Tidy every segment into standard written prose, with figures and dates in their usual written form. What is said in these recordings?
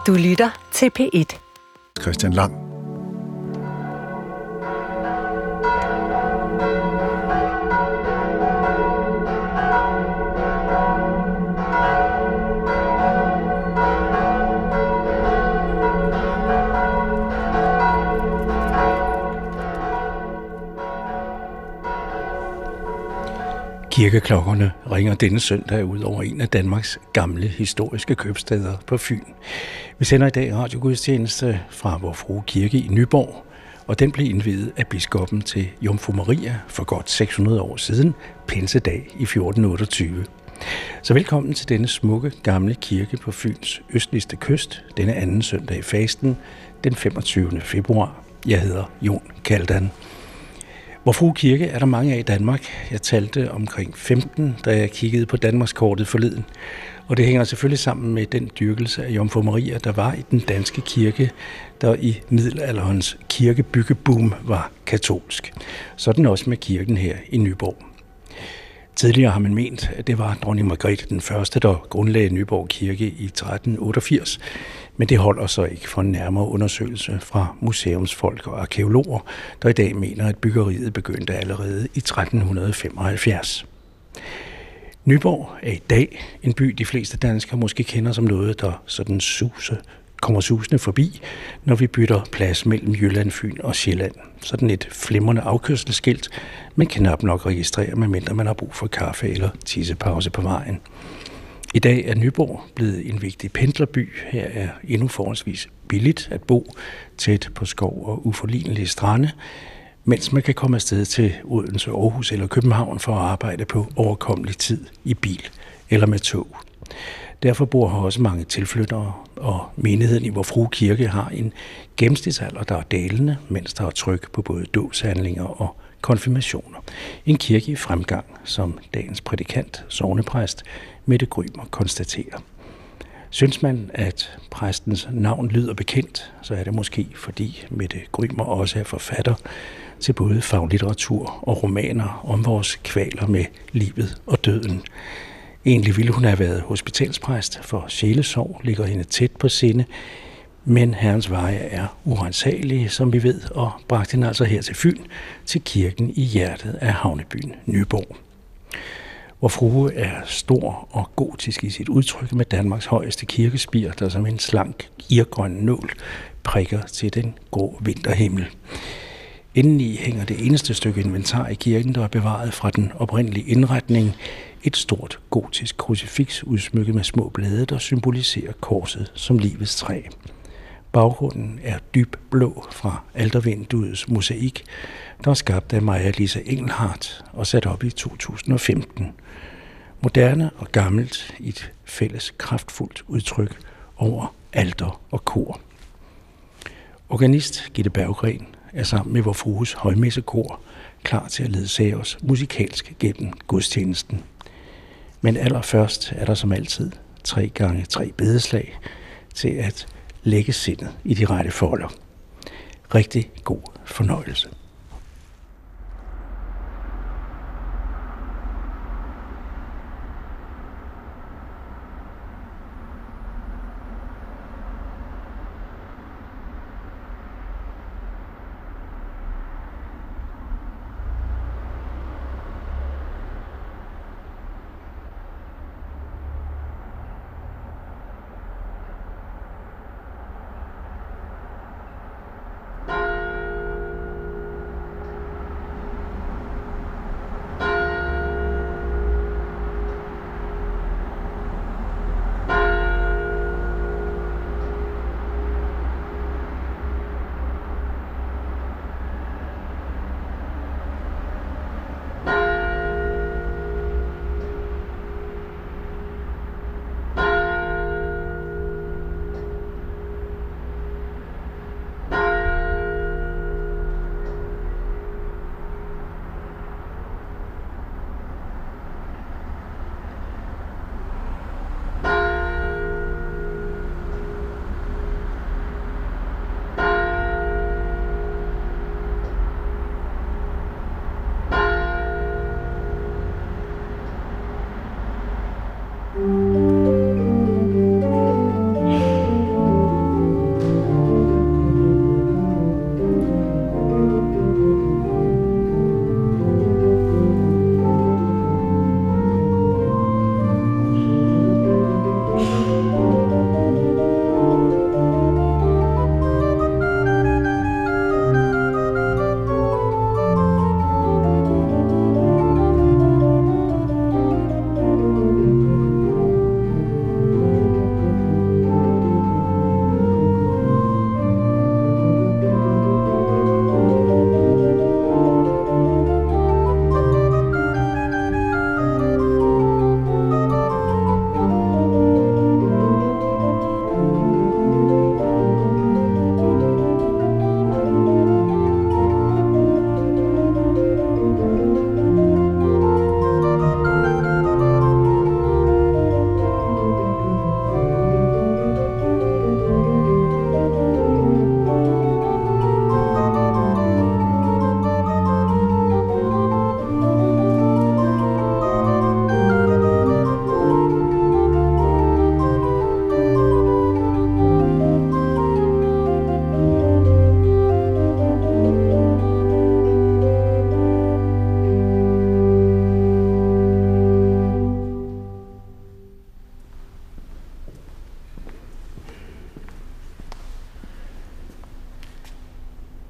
Du lytter til P1. Christian Lang. Kirkeklokkerne ringer denne søndag ud over en af Danmarks gamle historiske købstæder på Fyn. Vi sender i dag radiogudstjeneste fra Vor Frue Kirke i Nyborg, og den blev indviet af biskoppen til Jomfru Maria for godt 600 år siden, pinsedag i 1428. Så velkommen til denne smukke gamle kirke på Fyns østligste kyst, denne anden søndag i fasten, den 25. februar. Jeg hedder Jon Kaldan. Vor Frue Kirke er der mange af i Danmark. Jeg talte omkring 15, da jeg kiggede på Danmarkskortet forleden. Og det hænger selvfølgelig sammen med den dyrkelse af Jomfru Maria, der var i den danske kirke, der i middelalderens kirkebyggeboom var katolsk. Sådan også med kirken her i Nyborg. Tidligere har man ment, at det var dronning Margrethe den første, der grundlagde Nyborg Kirke i 1388, men det holder så ikke for en nærmere undersøgelse fra museumsfolk og arkæologer, der i dag mener, at byggeriet begyndte allerede i 1375. Nyborg er i dag en by, de fleste danskere måske kender som noget, der sådan kommer susende forbi, når vi bytter plads mellem Jylland, Fyn og Sjælland. Sådan et flimrende afkørselsskilt, men knap nok registrere, medmindre man har brug for kaffe eller tissepause på vejen. I dag er Nyborg blevet en vigtig pendlerby. Her er endnu forholdsvis billigt at bo, tæt på skov og uforlignelige strande, mens man kan komme afsted til Odense, Aarhus eller København for at arbejde på overkommelig tid i bil eller med tog. Derfor bor her også mange tilflyttere, og menigheden i Vor Frue Kirke har en gennemsnitsalder, der er dalende, mens der er tryk på både dåbshandlinger og konfirmationer. En kirke i fremgang, som dagens prædikant, sognepræst Mette Grymer konstaterer. Synes man, at præstens navn lyder bekendt, så er det måske, fordi Mette Grymer også er forfatter til både faglitteratur og romaner om vores kvaler med livet og døden. Egentlig ville hun have været hospitalspræst, for sjælesorg ligger hende tæt på sinde, men Herrens veje er urensagelige, som vi ved, og bragte hende altså her til Fyn, til kirken i hjertet af havnebyen Nyborg. Vor Frue er stor og gotisk i sit udtryk med Danmarks højeste kirkespir, der som en slank irgrøn nål prikker til den grå vinterhimmel. Indeni hænger det eneste stykke inventar i kirken, der er bevaret fra den oprindelige indretning, et stort gotisk krucifiks udsmykket med små blade, der symboliserer korset som livets træ. Baggrunden er dyb blå fra altervinduets mosaik, der er skabt af Maja Lisa Engelhardt og sat op i 2015. Moderne og gammelt i et fælles kraftfuldt udtryk over alter og kor. Organist Gitte Berggren er sammen med Vor Frues højmessekor klar til at ledsage os musikalsk gennem gudstjenesten. Men allerførst er der som altid 3x3 bedeslag til at lægge sindet i de rette folder. Rigtig god fornøjelse.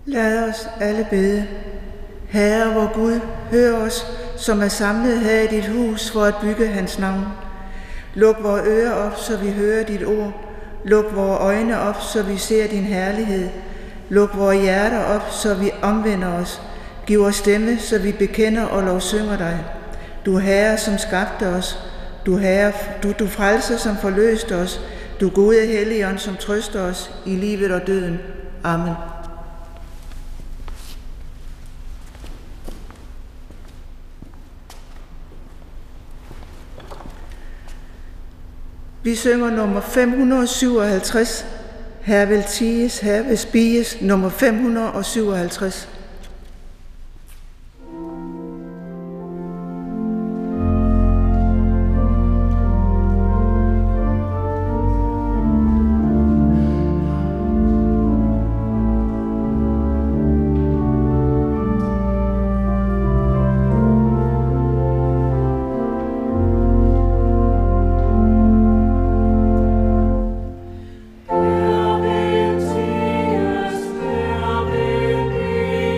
Lad os alle bede. Herre, vor Gud, hør os, som er samlet her i dit hus for at bygge hans navn. Luk vores ører op, så vi hører dit ord. Luk vores øjne op, så vi ser din herlighed. Luk vores hjerter op, så vi omvender os. Giv os stemme, så vi bekender og lovsynger dig. Du Herre, som skabte os. Du Herre, du frelser, som forløste os. Du gode Helligånd, som trøster os i livet og døden. Amen. Vi synger nummer 557. Her vil tiges, her vil spiges, nummer 557. Her vil tiges, her vil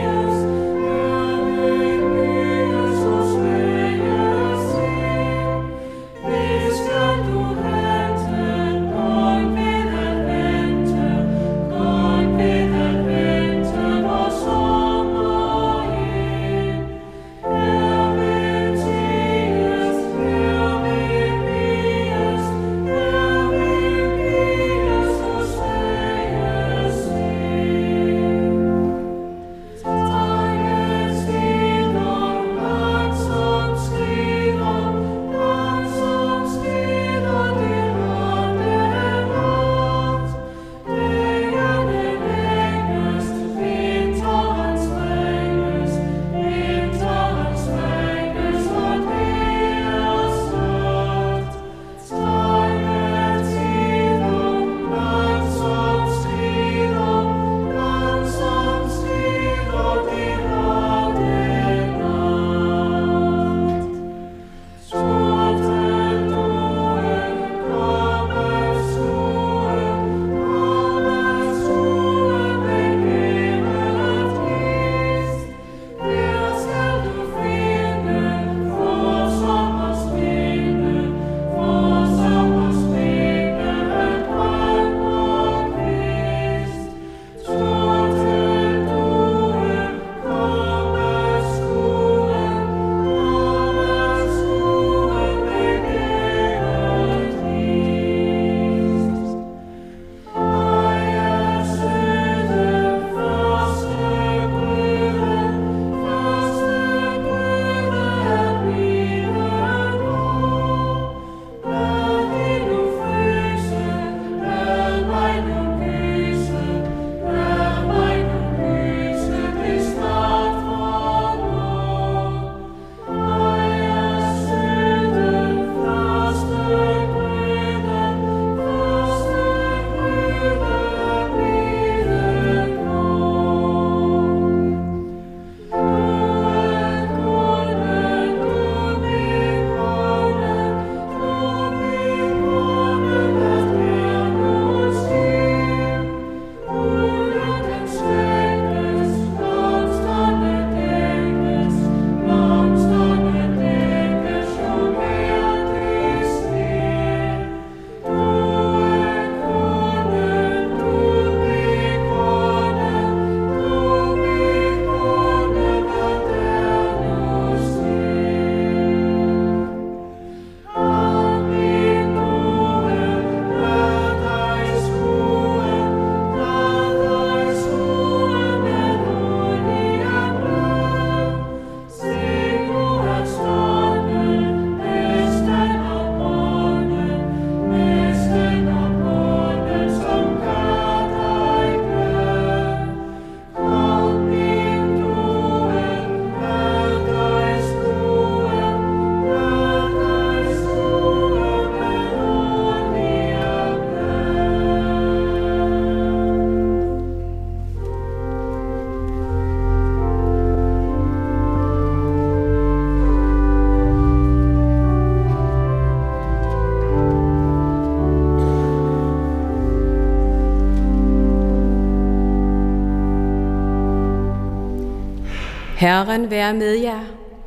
Herren være med jer.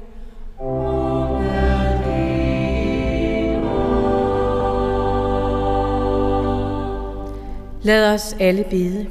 Lad os alle bede.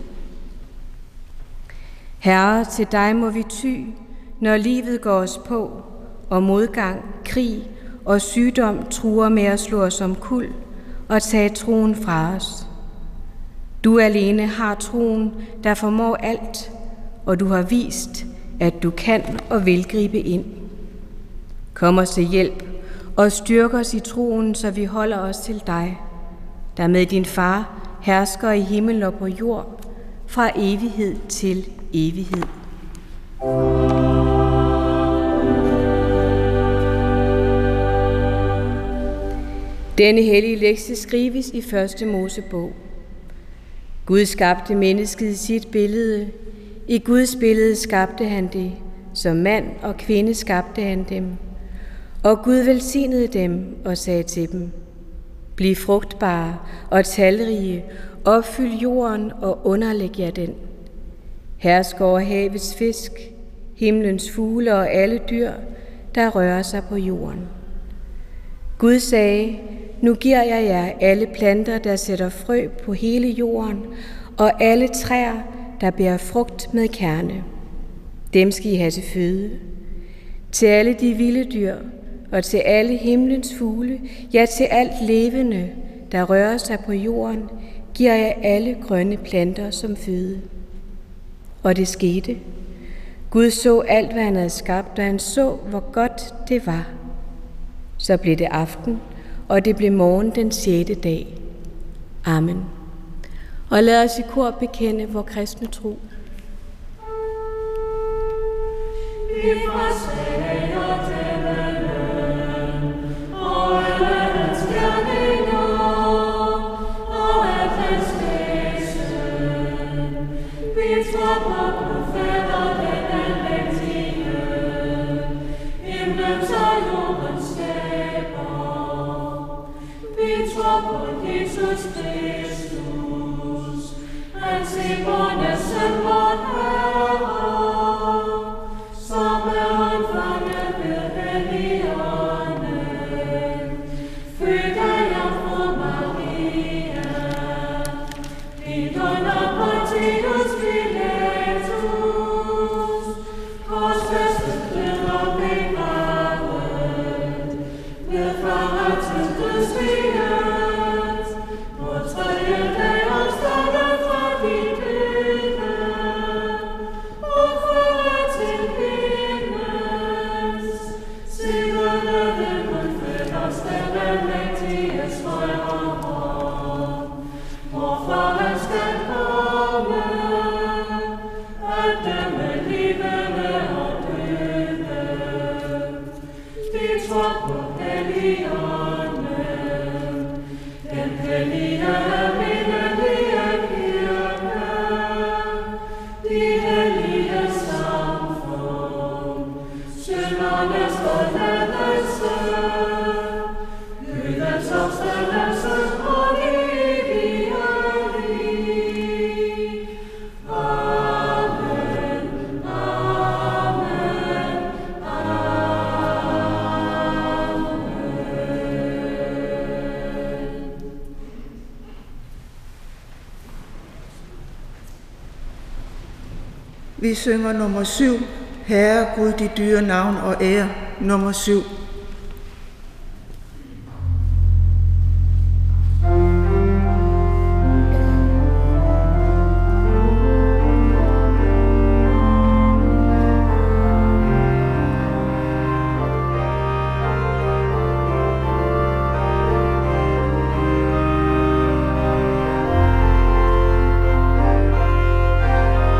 Herre, til dig må vi ty, når livet går os på, og modgang, krig og sygdom truer med at slå os omkuld og tage troen fra os. Du alene har troen, der formår alt, og du har vist, at du kan og vil gribe ind. Kom os til hjælp og styrk os i troen, så vi holder os til dig, der med din far hersker i himmel og på jord, fra evighed til evighed. Denne hellige lektie skrives i 1. Mosebog. Gud skabte mennesket i sit billede. I Guds billede skabte han det. Som mand og kvinde skabte han dem. Og Gud velsignede dem og sagde til dem: Bliv frugtbare og talrige, opfyld jorden og underlæg jer den. Hersk over havets fisk, himlens fugle og alle dyr, der rører sig på jorden. Gud sagde: Nu giver jeg jer alle planter, der sætter frø på hele jorden, og alle træer, der bærer frugt med kerne. Dem skal I have til føde. Til alle de vilde dyr, og til alle himlens fugle, ja, til alt levende, der rører sig på jorden, giver jeg alle grønne planter som føde. Og det skete. Gud så alt, hvad han havde skabt, og han så, hvor godt det var. Så blev det aften, og det blev morgen den 6. dag. Amen. Og lad os i kor bekende vor kristne tro. Vi forsager denne og alle stjerninger og alle væsen. Vi tror på Gud Fader, den almægtige, himlens og jordens skaber. Vi tror på Jesus Kristus, hans enbårne søn, vor Herre, som er undfanget ved Helligånden, født af Jomfru Maria, lidt under Pontius Pilatus, korsfæstet, død og begravet, blev fanget til dødsriget, på tredje dag opstanden fra de døde, og fører til himmels, siddende ved Gud Faders den almægtiges højre hånd, hvorfra han skal komme, at dømme levende og døde. Vi tror på Helligånden, den hellige almindelige kirke, de hellige samfund, syndernes forladelse, Gudens opstandelse og evige liv. Amen, amen, amen. Vi synger nummer 7, Herre Gud, dit dyre navn og ære, nummer 7.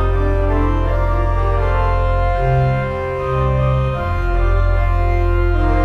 Amen.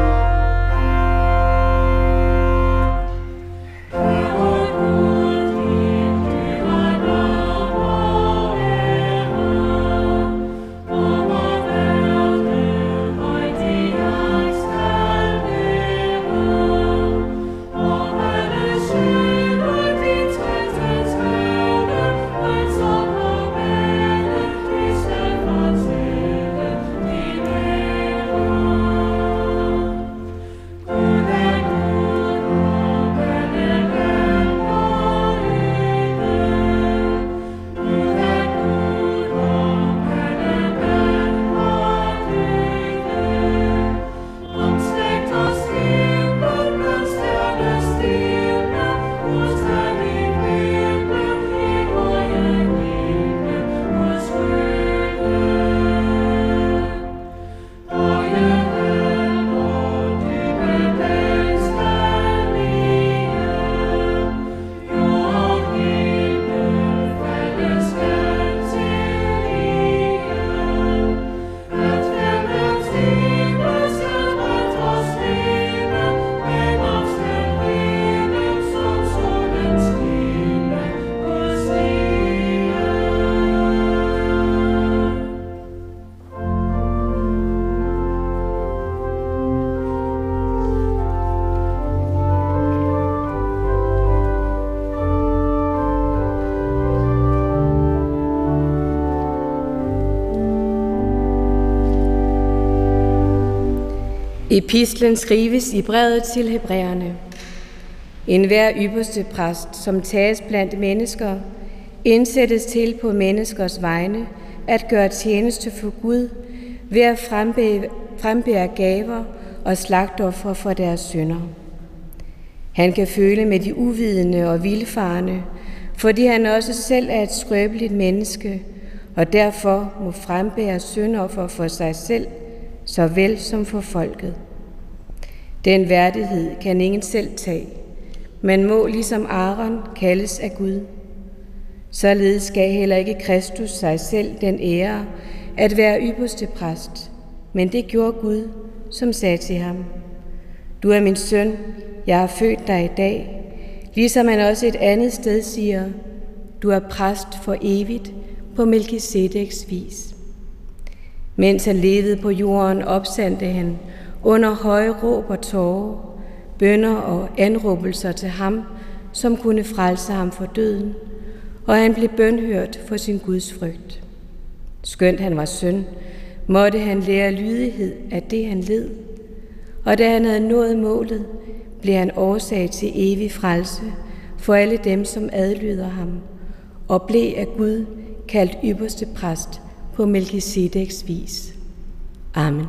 Epistlen skrives i brevet til hebræerne. En hver ypperste præst, som tages blandt mennesker, indsættes til på menneskers vegne at gøre tjeneste for Gud ved at frembære gaver og slagtofre for deres synder. Han kan føle med de uvidende og vildfarne, fordi han også selv er et skrøbeligt menneske, og derfor må frembære syndoffer for sig selv, såvel som for folket. Den værdighed kan ingen selv tage. Man må ligesom Aaron kaldes af Gud. Således gav heller ikke Kristus sig selv den ære at være ypperste præst, men det gjorde Gud, som sagde til ham: Du er min søn, jeg har født dig i dag, ligesom han også et andet sted siger: Du er præst for evigt på Melkisedeks vis. Mens han levede på jorden, opsandte han under høje råb og tårer, bønner og anråbelser til ham, som kunne frelse ham fra døden, og han blev bønhørt for sin Guds frygt. Skønt han var søn, måtte han lære lydighed af det, han led, og da han havde nået målet, blev han årsag til evig frelse for alle dem, som adlyder ham, og blev af Gud kaldt ypperste præst på Melkisedeks vis. Amen.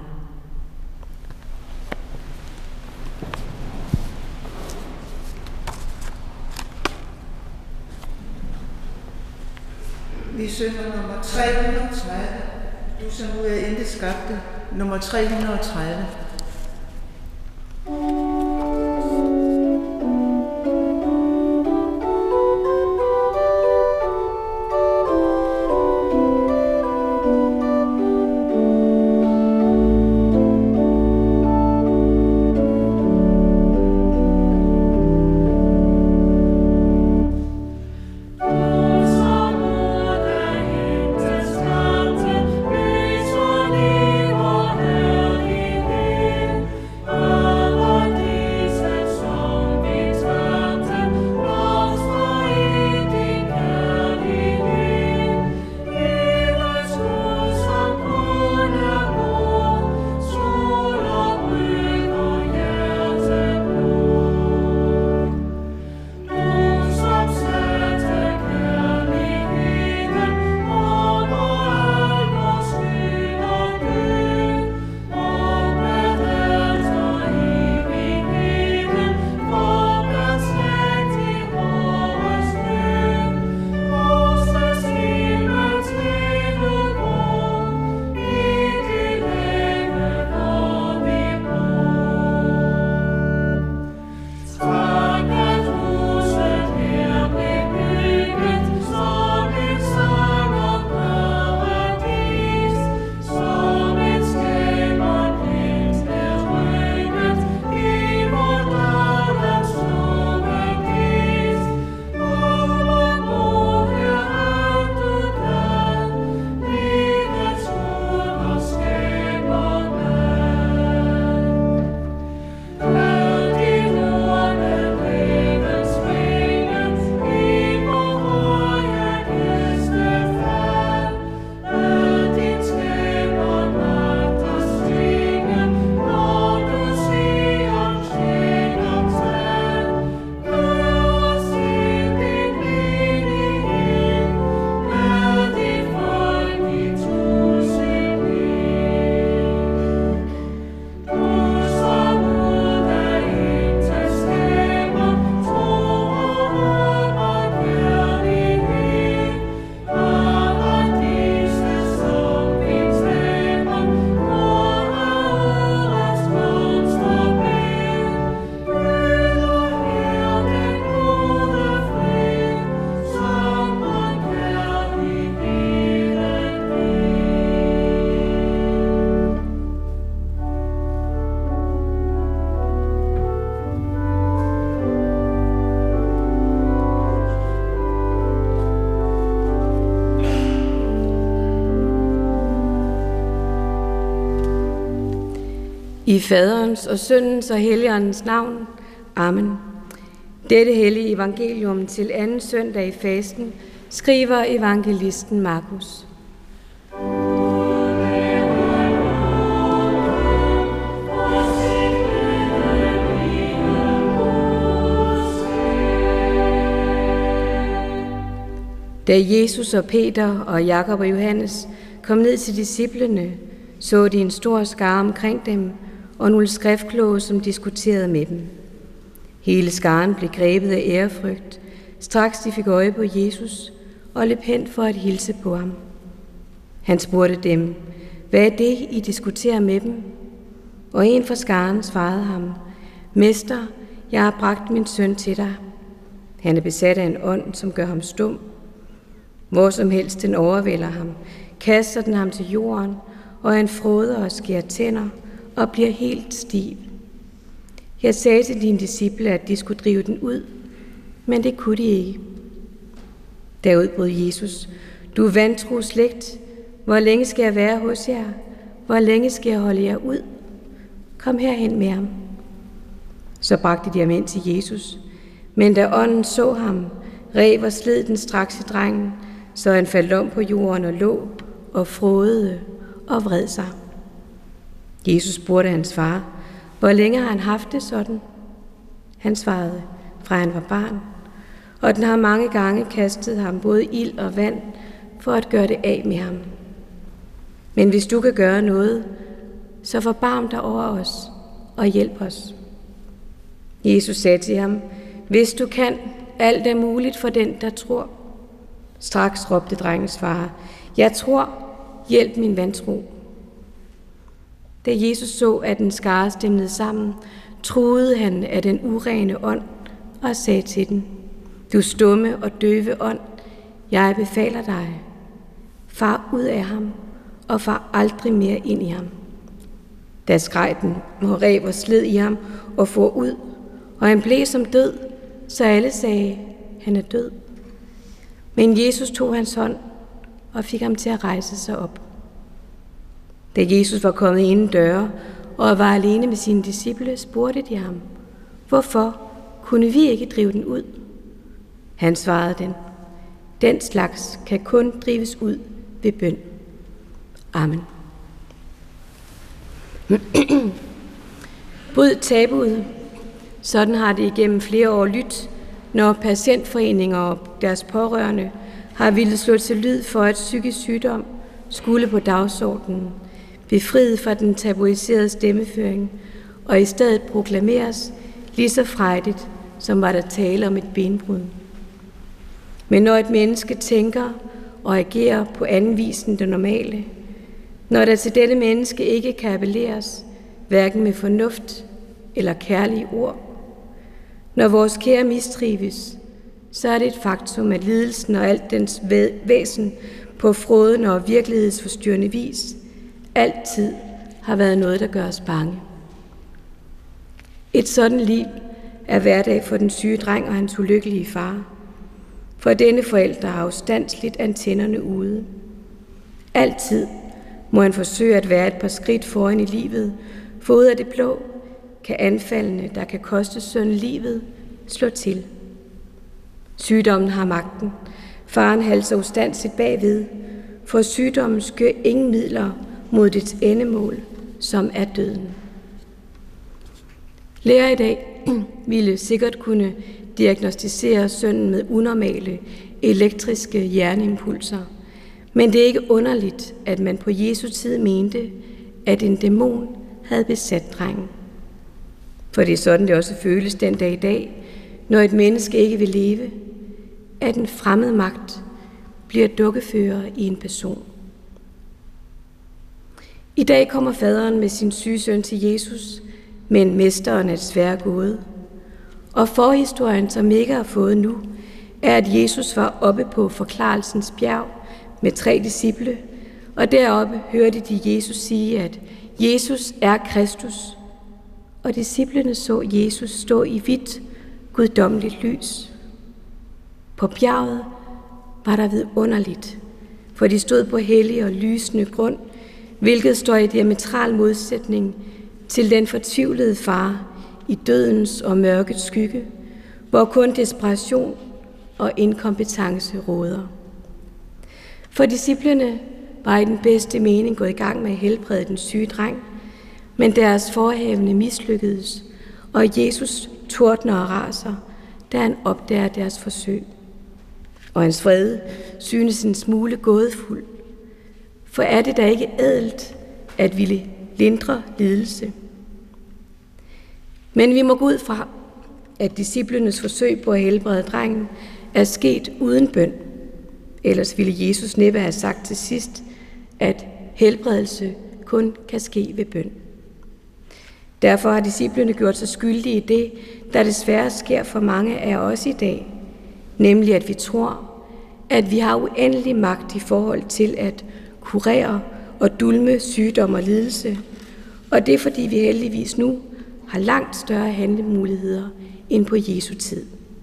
Vi synger nummer 330, du som nu er intet skabte, nummer 330. I Faderens og Søndens og Helligåndens navn. Amen. Dette hellige evangelium til anden søndag i fasten skriver evangelisten Markus. Amen. Da Jesus og Peter og Jakob og Johannes kom ned til disciplene, så de en stor skare omkring dem og nogle skriftkloge, som diskuterede med dem. Hele skaren blev grebet af ærefrygt, straks de fik øje på Jesus og løb hen for at hilse på ham. Han spurgte dem, hvad er det, I diskuterer med dem? Og en fra skaren svarede ham, Mester, jeg har bragt min søn til dig. Han er besat af en ånd, som gør ham stum. Hvor som helst den overvælder ham, kaster den ham til jorden, og han fråder og skærer tænder og bliver helt stiv. Jeg sagde til dine disciple, at de skulle drive den ud, men det kunne de ikke. Da udbrød Jesus, du vantro slægt, hvor længe skal jeg være hos jer? Hvor længe skal jeg holde jer ud? Kom herhen med ham. Så bragte de ham ind til Jesus, men da ånden så ham, rev og sled den straks i drengen, så han faldt om på jorden og lå og frådede og vred sig. Jesus spurgte hans far, hvor længe har han haft det sådan? Han svarede, fra han var barn, og den har mange gange kastet ham både ild og vand for at gøre det af med ham. Men hvis du kan gøre noget, så forbarm dig over os og hjælp os. Jesus sagde til ham, hvis du kan, alt er muligt for den, der tror. Straks råbte drengens far, jeg tror, hjælp min vantro. Da Jesus så, at den skare stemlede sammen, truede han af den urene ånd og sagde til den, du stumme og døve ånd, jeg befaler dig, far ud af ham og far aldrig mere ind i ham. Da skreg den og rev og sled i ham og for ud, og han blev som død, så alle sagde, han er død. Men Jesus tog hans hånd og fik ham til at rejse sig op. Da Jesus var kommet inden døre og var alene med sine disciple, spurgte de ham, hvorfor kunne vi ikke drive den ud? Han svarede dem, den slags kan kun drives ud ved bøn. Amen. Bryd tabuet. Sådan har det igennem flere år lyttet, når patientforeninger og deres pårørende har ville slå til lyd for, at psykisk sygdom skulle på dagsordenen, befriet fra den tabuiserede stemmeføring, og i stedet proklameres lige så frejdigt, som var der tale om et benbrud. Men når et menneske tænker og agerer på anden vis end det normale, når der til dette menneske ikke kan appelleres, hverken med fornuft eller kærlige ord, når vores kære mistrives, så er det et faktum, at lidelsen og alt dens væsen på frådende og virkelighedsforstyrrende vis altid har været noget, der gør os bange. Et sådan liv er hverdag for den syge dreng og hans ulykkelige far. For denne forælder har afstandsligt antennerne ude. Altid må han forsøge at være et par skridt foran i livet, for ud af det blå kan anfaldene, der kan koste sønnen livet, slå til. Sygdommen har magten. Faren halser ustandsligt bagved, for sygdommen skør ingen midler mod dets endemål, som er døden. Læger i dag ville sikkert kunne diagnostisere sønnen med unormale elektriske hjerneimpulser, men det er ikke underligt, at man på Jesu tid mente, at en dæmon havde besat drengen. For det er sådan, det også føles den dag i dag, når et menneske ikke vil leve, at en fremmed magt bliver dukkefører i en person. I dag kommer faderen med sin syge søn til Jesus, men mesteren er desværre gået. Og forhistorien, som ikke har fået nu, er, at Jesus var oppe på forklarelsens bjerg med 3 disciple, og deroppe hørte de Jesus sige, at Jesus er Kristus. Og disciplene så Jesus stå i hvidt, guddommeligt lys. På bjerget var der vidunderligt, for de stod på hellig og lysende grund, hvilket står i diametral modsætning til den fortvivlede far i dødens og mørkets skygge, hvor kun desperation og inkompetence råder. For disciplene var i den bedste mening gået i gang med at helbrede den syge dreng, men deres forhævne mislykkedes, og Jesus tordner og raser, da han opdager deres forsøg. og hans vrede synes en smule gådefuld. For er det da ikke ædelt at ville lindre lidelse? Men vi må gå ud fra, at disciplenes forsøg på at helbrede drengen er sket uden bøn. Ellers ville Jesus næppe have sagt til sidst, at helbredelse kun kan ske ved bøn. Derfor har disciplene gjort sig skyldige i det, der desværre sker for mange af os i dag, nemlig at vi tror, at vi har uendelig magt i forhold til at kurere og dulme sygdom og lidelse, og det er fordi vi heldigvis nu har langt større handlemuligheder end på Jesu tid.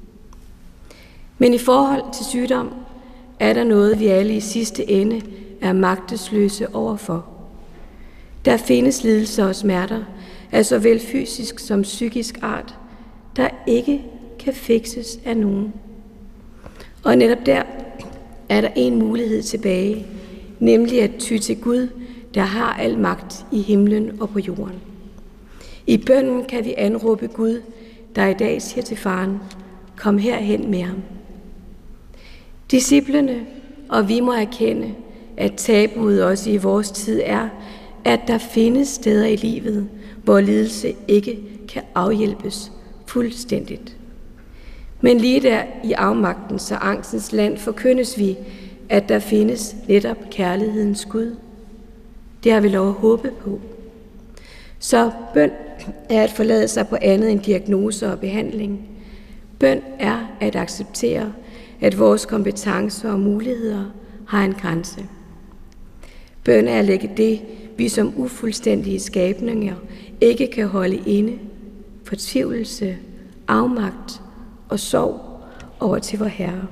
Men i forhold til sygdom er der noget, vi alle i sidste ende er magtesløse overfor. Der findes lidelser og smerter af såvel fysisk som psykisk art, der ikke kan fikses af nogen. Og netop der er der en mulighed tilbage, nemlig at ty til Gud, der har al magt i himlen og på jorden. I bønnen kan vi anråbe Gud, der i dag siger til faren, kom herhen med ham. Disciplene og vi må erkende, at tabuet også i vores tid er, at der findes steder i livet, hvor lidelse ikke kan afhjælpes fuldstændigt. Men lige der i afmagtens og angstens land forkyndes vi, at der findes netop kærlighedens Gud. Det har vi lov at håbe på. Så bøn er at forlade sig på andet end diagnoser og behandling. Bøn er at acceptere, at vores kompetencer og muligheder har en grænse. Bøn er at lægge det, vi som ufuldstændige skabninger ikke kan holde inde, fortvivlelse, afmagt og sorg over til vor Herre.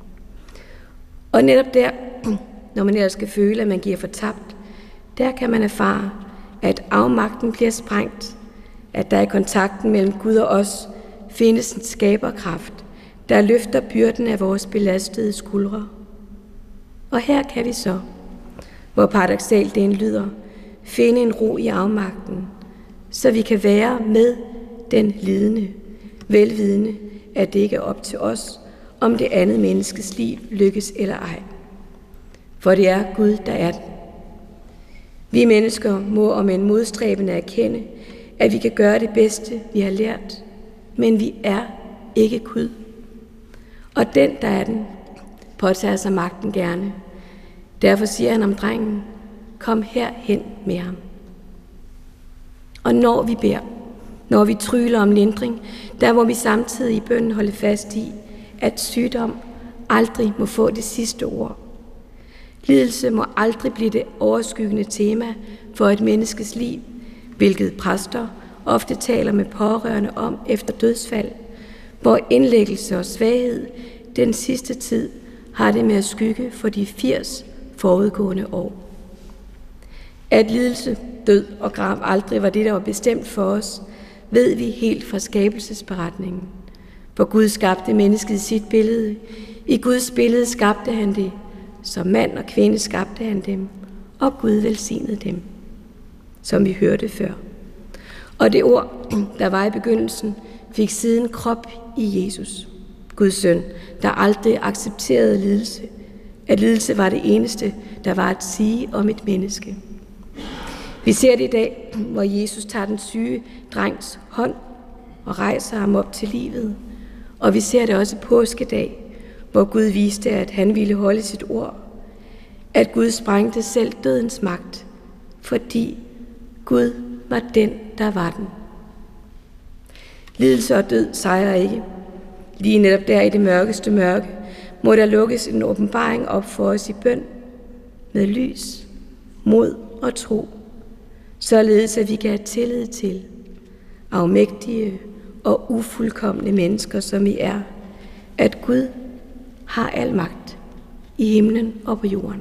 Og netop der, når man ellers skal føle, at man giver fortabt, der kan man erfare, at afmagten bliver sprængt, at der i kontakten mellem Gud og os findes en skaberkraft, der løfter byrden af vores belastede skuldre. Og her kan vi så, hvor paradoksalt det end lyder, finde en ro i afmagten, så vi kan være med den lidende, velvidende, at det ikke er op til os, om det andet menneskes liv lykkes eller ej. For det er Gud, der er den. Vi mennesker må om en modstræbende erkende, at vi kan gøre det bedste, vi har lært, men vi er ikke Gud. Og den, der er den, påtager sig magten gerne. Derfor siger han om drengen, kom herhen med ham. Og når vi beder, når vi tryller om lindring, der må vi samtidig i bønnen holde fast i, at sygdom aldrig må få det sidste ord. Lidelse må aldrig blive det overskyggende tema for et menneskes liv, hvilket præster ofte taler med pårørende om efter dødsfald, hvor indlæggelse og svaghed den sidste tid har det med at skygge for de 80 forudgående år. At lidelse, død og grav aldrig var det, der var bestemt for os, ved vi helt fra skabelsesberetningen. For Gud skabte mennesket i sit billede. I Guds billede skabte han det. Som mand og kvinde skabte han dem, og Gud velsignede dem, som vi hørte før. Og det ord, der var i begyndelsen, fik siden krop i Jesus, Guds søn, der aldrig accepterede lidelse. At lidelse var det eneste, der var at sige om et menneske. Vi ser det i dag, hvor Jesus tager den syge drengs hånd og rejser ham op til livet. Og vi ser det også påskedag, hvor Gud viste, at han ville holde sit ord. At Gud sprængte selv dødens magt, fordi Gud var den, der var den. Lidelse og død sejrer ikke. Lige netop der i det mørkeste mørke, må der lukkes en åbenbaring op for os i bøn, med lys, mod og tro, således at vi kan have tillid til, afmægtige og ufuldkomne mennesker, som vi er, at Gud har al magt i himlen og på jorden.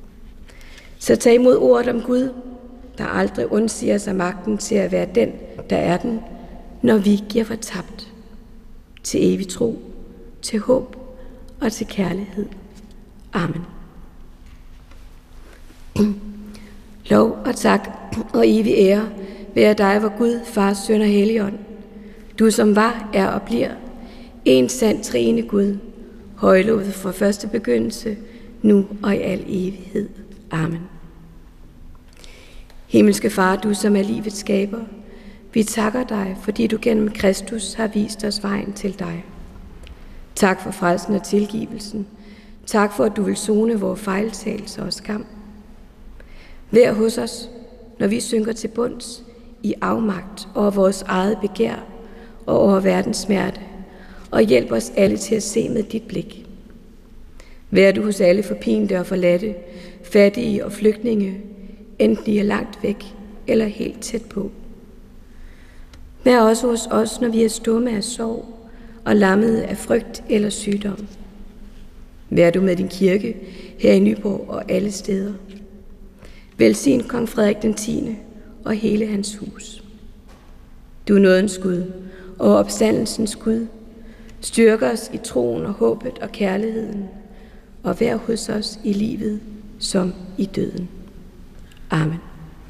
Så tag imod ordet om Gud, der aldrig undsiger sig magten til at være den, der er den, når vi giver fortabt til evig tro, til håb og til kærlighed. Amen. Lov og tak og evig ære være dig, vor Gud, Far, Søn og Helligånd. Du som var, er og bliver en sand treenig Gud, højlovet fra første begyndelse, nu og i al evighed. Amen. Himmelske Far, du som er livets skaber, vi takker dig, fordi du gennem Kristus har vist os vejen til dig. Tak for frelsen og tilgivelsen. Tak for, at du vil sone vores fejltagelser og skam. Vær hos os, når vi synker til bunds i afmagt over vores eget begær og over verdens smerte, og hjælp os alle til at se med dit blik. Vær du hos alle forpinte og forladte, fattige og flygtninge, enten de er langt væk eller helt tæt på. Vær også hos os, når vi er stumme af sorg og lammede af frygt eller sygdom. Vær du med din kirke her i Nyborg og alle steder. Velsign kong Frederik den 10. og hele hans hus. Du er nådens Gud og opstandelsens Gud. Styrk os i troen og håbet og kærligheden, og vær hos os i livet som i døden. Amen.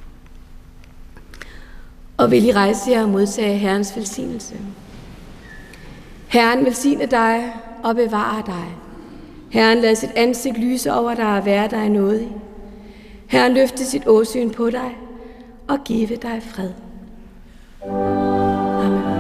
Og vil I rejse jer og modtage Herrens velsignelse. Herren velsigne dig og bevare dig. Herren lad sit ansigt lyse over dig og være dig nådig. Herren løfte sit åsyn på dig og give dig fred. Amen.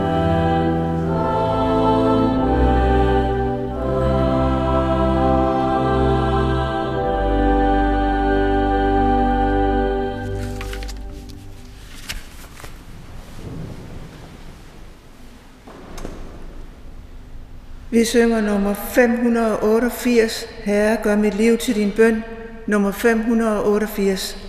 Vi synger nummer 588, Herre, gør mit liv til din bøn, nummer 588.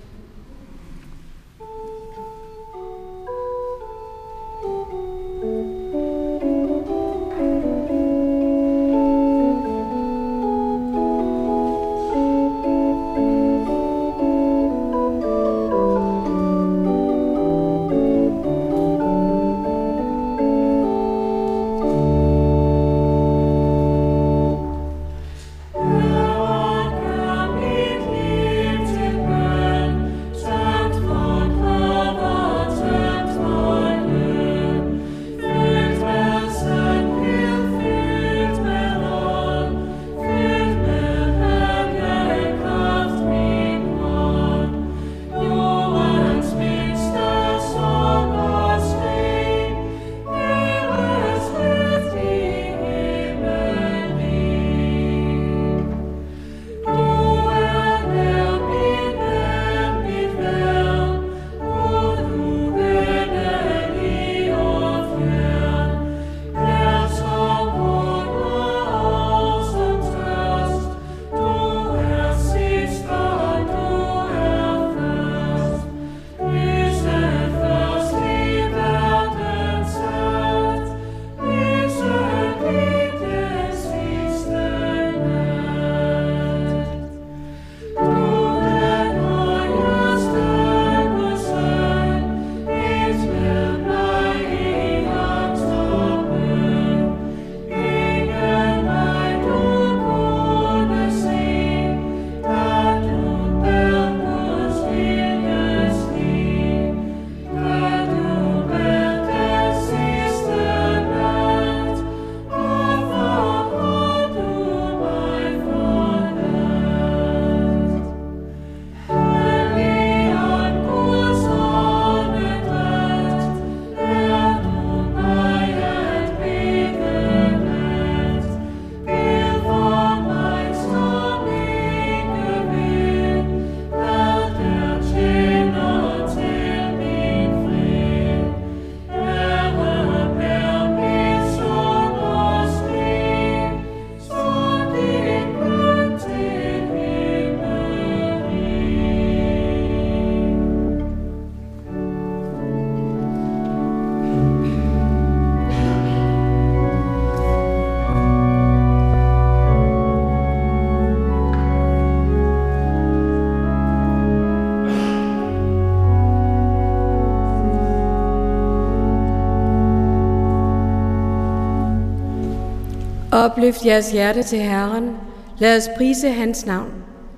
Opløft jeres hjerte til Herren. Lad os prise hans navn.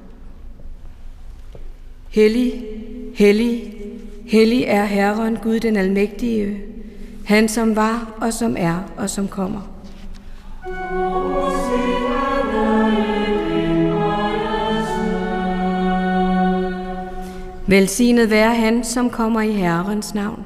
Hellig, hellig, hellig er Herren Gud den almægtige, han som var og som er og som kommer. Velsignet være han, som kommer i Herrens navn.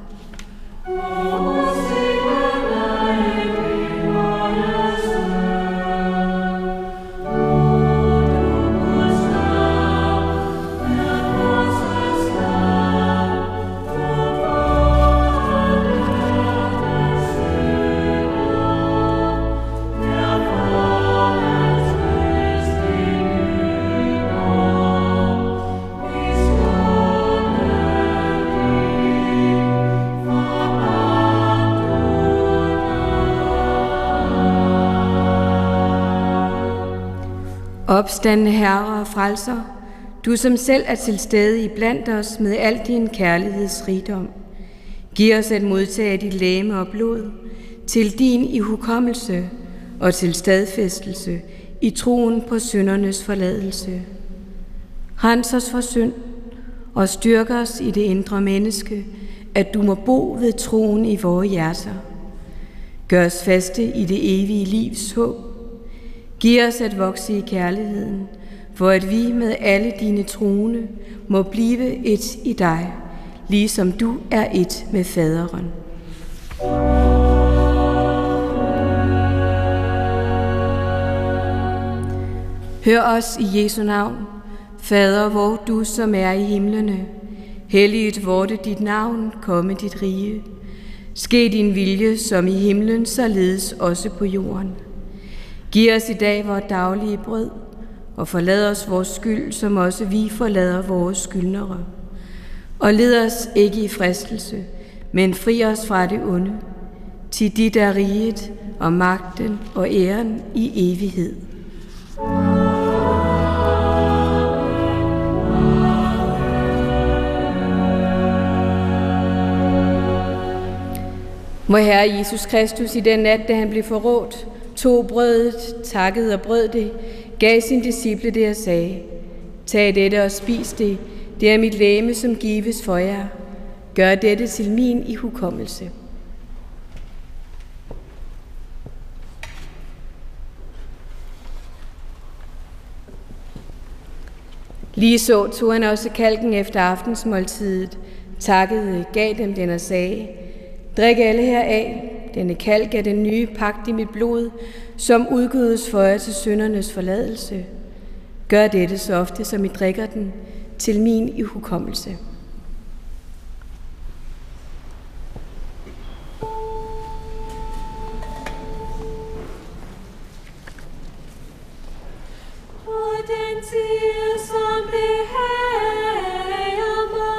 Opstandne Herre og Frelser, du som selv er til stede i blandt os med al din kærlighedsrigdom. Giv os at modtage dit legeme og blod til din ihukommelse og til stadfæstelse i troen på syndernes forladelse. Rens os for synd og styrk os i det indre menneske, at du må bo ved troen i vores hjerter. Gør os faste i det evige livs håb. Giv os at vokse i kærligheden, for at vi med alle dine troende må blive et i dig, ligesom du er et med faderen. Hør os i Jesu navn, Fader vor du, som er i himlene. Helliget vorte dit navn, komme dit rige. Ske din vilje, som i himlen, således også på jorden. Giv os i dag vores daglige brød, og forlad os vores skyld, som også vi forlader vores skyldnere. Og led os ikke i fristelse, men fri os fra det onde. Til dit er riget, og magten og æren i evighed. Må Herre Jesus Kristus i den nat, da han blev forrådt, tog brødet, takkede og brød det, gav sin disciple det og sagde: Tag dette og spis det, det er mit legeme, som gives for jer. Gør dette til min ihukommelse. Lige så tog han også kalken efter aftensmåltidet, takkede, gav dem den og sagde: Drik alle heraf, denne kalk er den nye pagt i mit blod, som udgydes for jer til syndernes forladelse. Gør dette så ofte, som I drikker den, til min ihukommelse. Og den tid, som behager mig,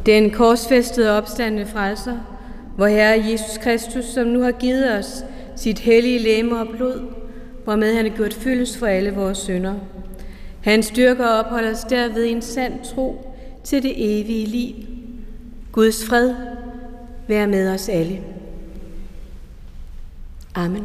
Den korsfæstede opstandne frelser, vor Herre Jesus Kristus, som nu har givet os sit hellige legeme og blod, hvormed han har gjort fyldest for alle vores synder. Han styrker og opholder os derved i en sand tro til det evige liv. Guds fred være med os alle. Amen.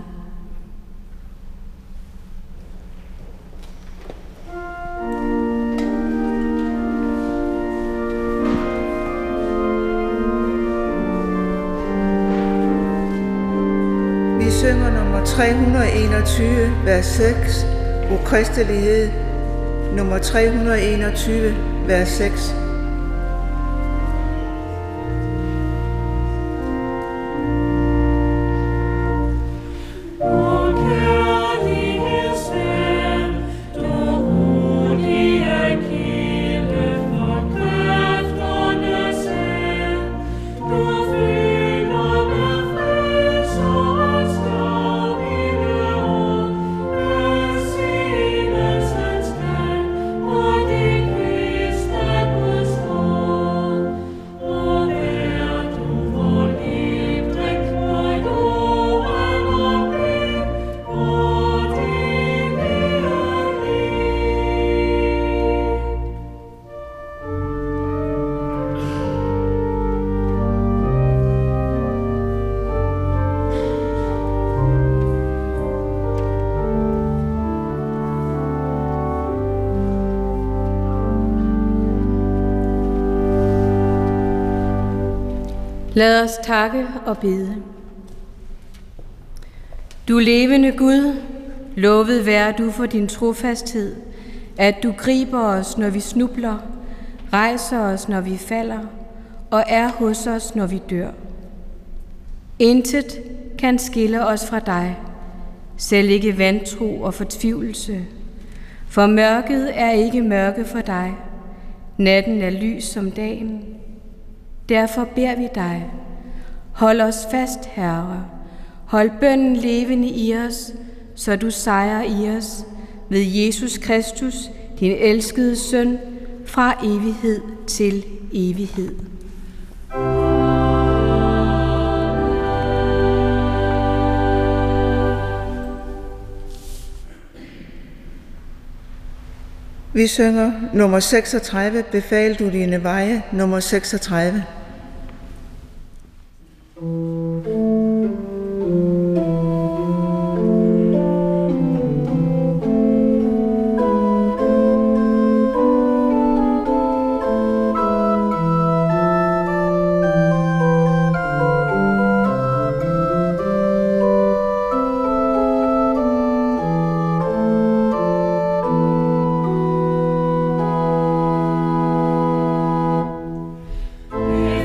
Vi synger nummer 321, vers 6, ukristelighed. Nummer 321, vers 6. Lad os takke og bede. Du levende Gud, lovet være du for din trofasthed, at du griber os, når vi snubler, rejser os, når vi falder, og er hos os, når vi dør. Intet kan skille os fra dig, selv ikke vantro og fortvivlelse, for mørket er ikke mørke for dig, natten er lys som dagen. Derfor beder vi dig, hold os fast, Herre, hold bønnen levende i os, så du sejrer i os ved Jesus Kristus, din elskede søn, fra evighed til evighed. Vi synger nummer 36, befal du dine veje, nummer 36. Amen.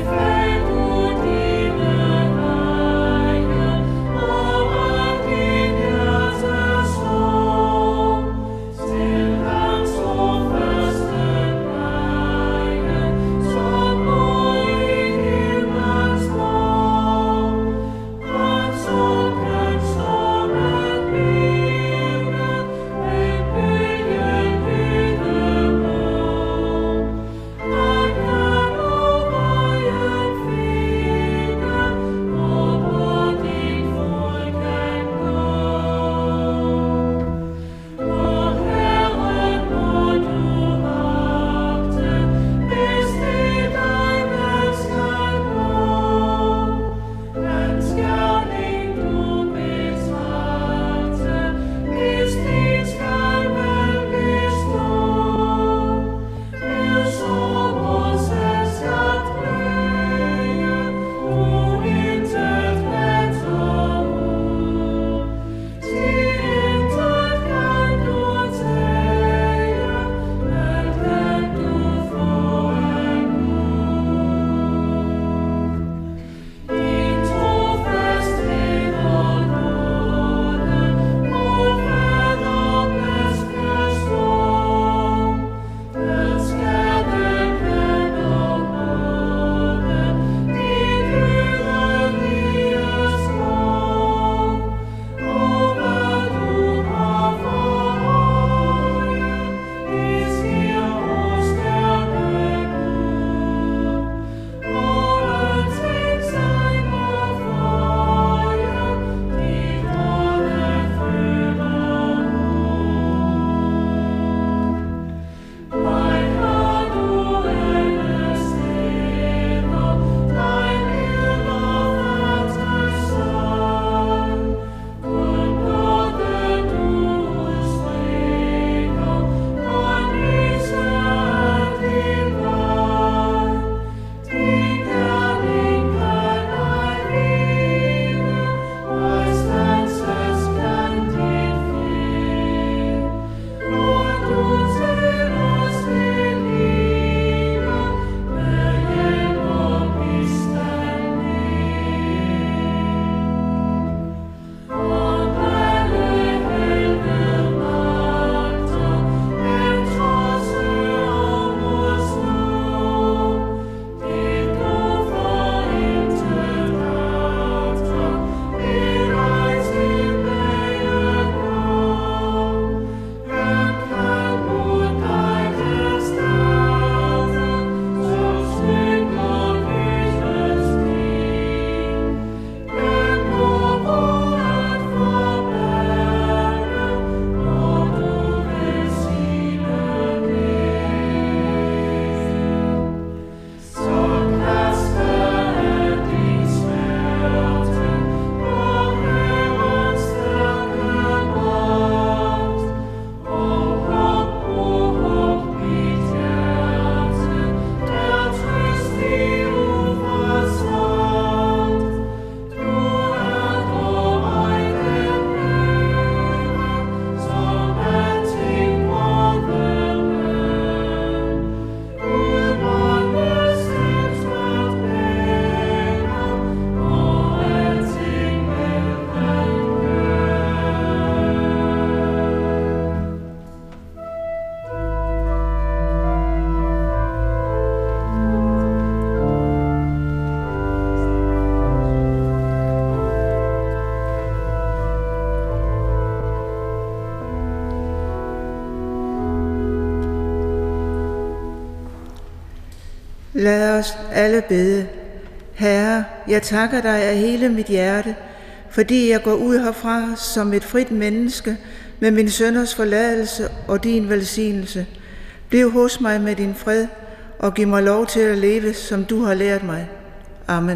Lad os alle bede. Herre, jeg takker dig af hele mit hjerte, fordi jeg går ud herfra som et frit menneske med min synders forladelse og din velsignelse. Bliv hos mig med din fred og giv mig lov til at leve, som du har lært mig. Amen.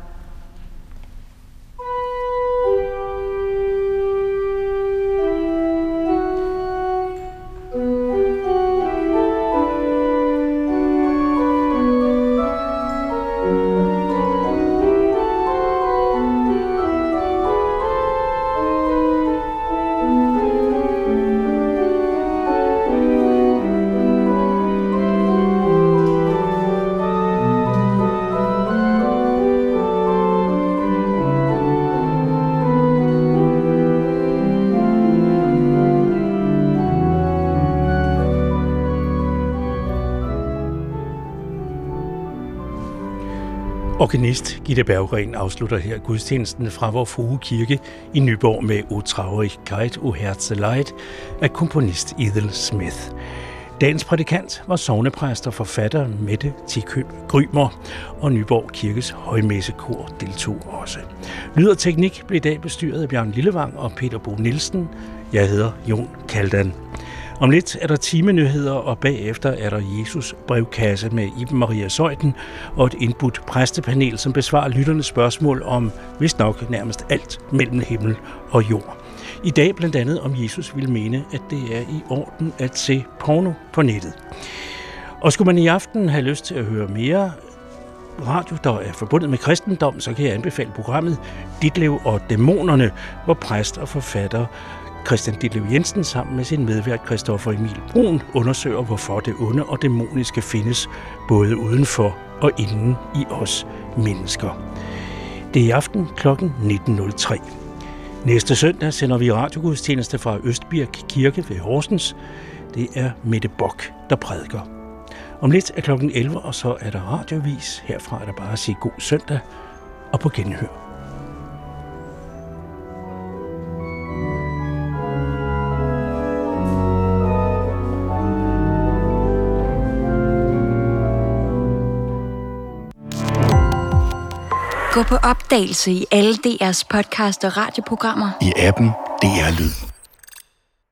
Organist Gitte Berggren afslutter her gudstjenesten fra Vor Frue Kirke i Nyborg med O Traurigkeit, O Herzeleid af komponist Ethel Smith. Dagens prædikant var sognepræst og forfatter Mette Tikøb Grymer, og Nyborg Kirkes højmessekor deltog også. Lyd og teknik blev i dag bestyret af Bjørn Lillevang og Peter Bo Nielsen. Jeg hedder Jon Kaldan. Om lidt er der timenyheder, og bagefter er der Jesus brevkasse med Iben Maria Zeuthen og et indbudt præstepanel, som besvarer lytternes spørgsmål om, vist nok nærmest alt mellem himmel og jord. I dag blandt andet om Jesus vil mene, at det er i orden at se porno på nettet. Og skulle man i aften have lyst til at høre mere radio, der er forbundet med kristendom, så kan jeg anbefale programmet Ditlev og Dæmonerne, hvor præst og forfatter Christian Ditlev Jensen sammen med sin medvært Christoffer Emil Brun undersøger, hvorfor det onde og dæmoniske findes både udenfor og inden i os mennesker. Det er i aften kl. 19.03. Næste søndag sender vi radiogudstjeneste fra Østbirk Kirke ved Horsens. Det er Mette Bock, der prædiker. Om lidt er kl. 11, og så er der radiovis. Herfra er der bare at sige god søndag og på genhør. Gå på opdagelse i alle DR's podcast og radioprogrammer. I appen DR Lyd.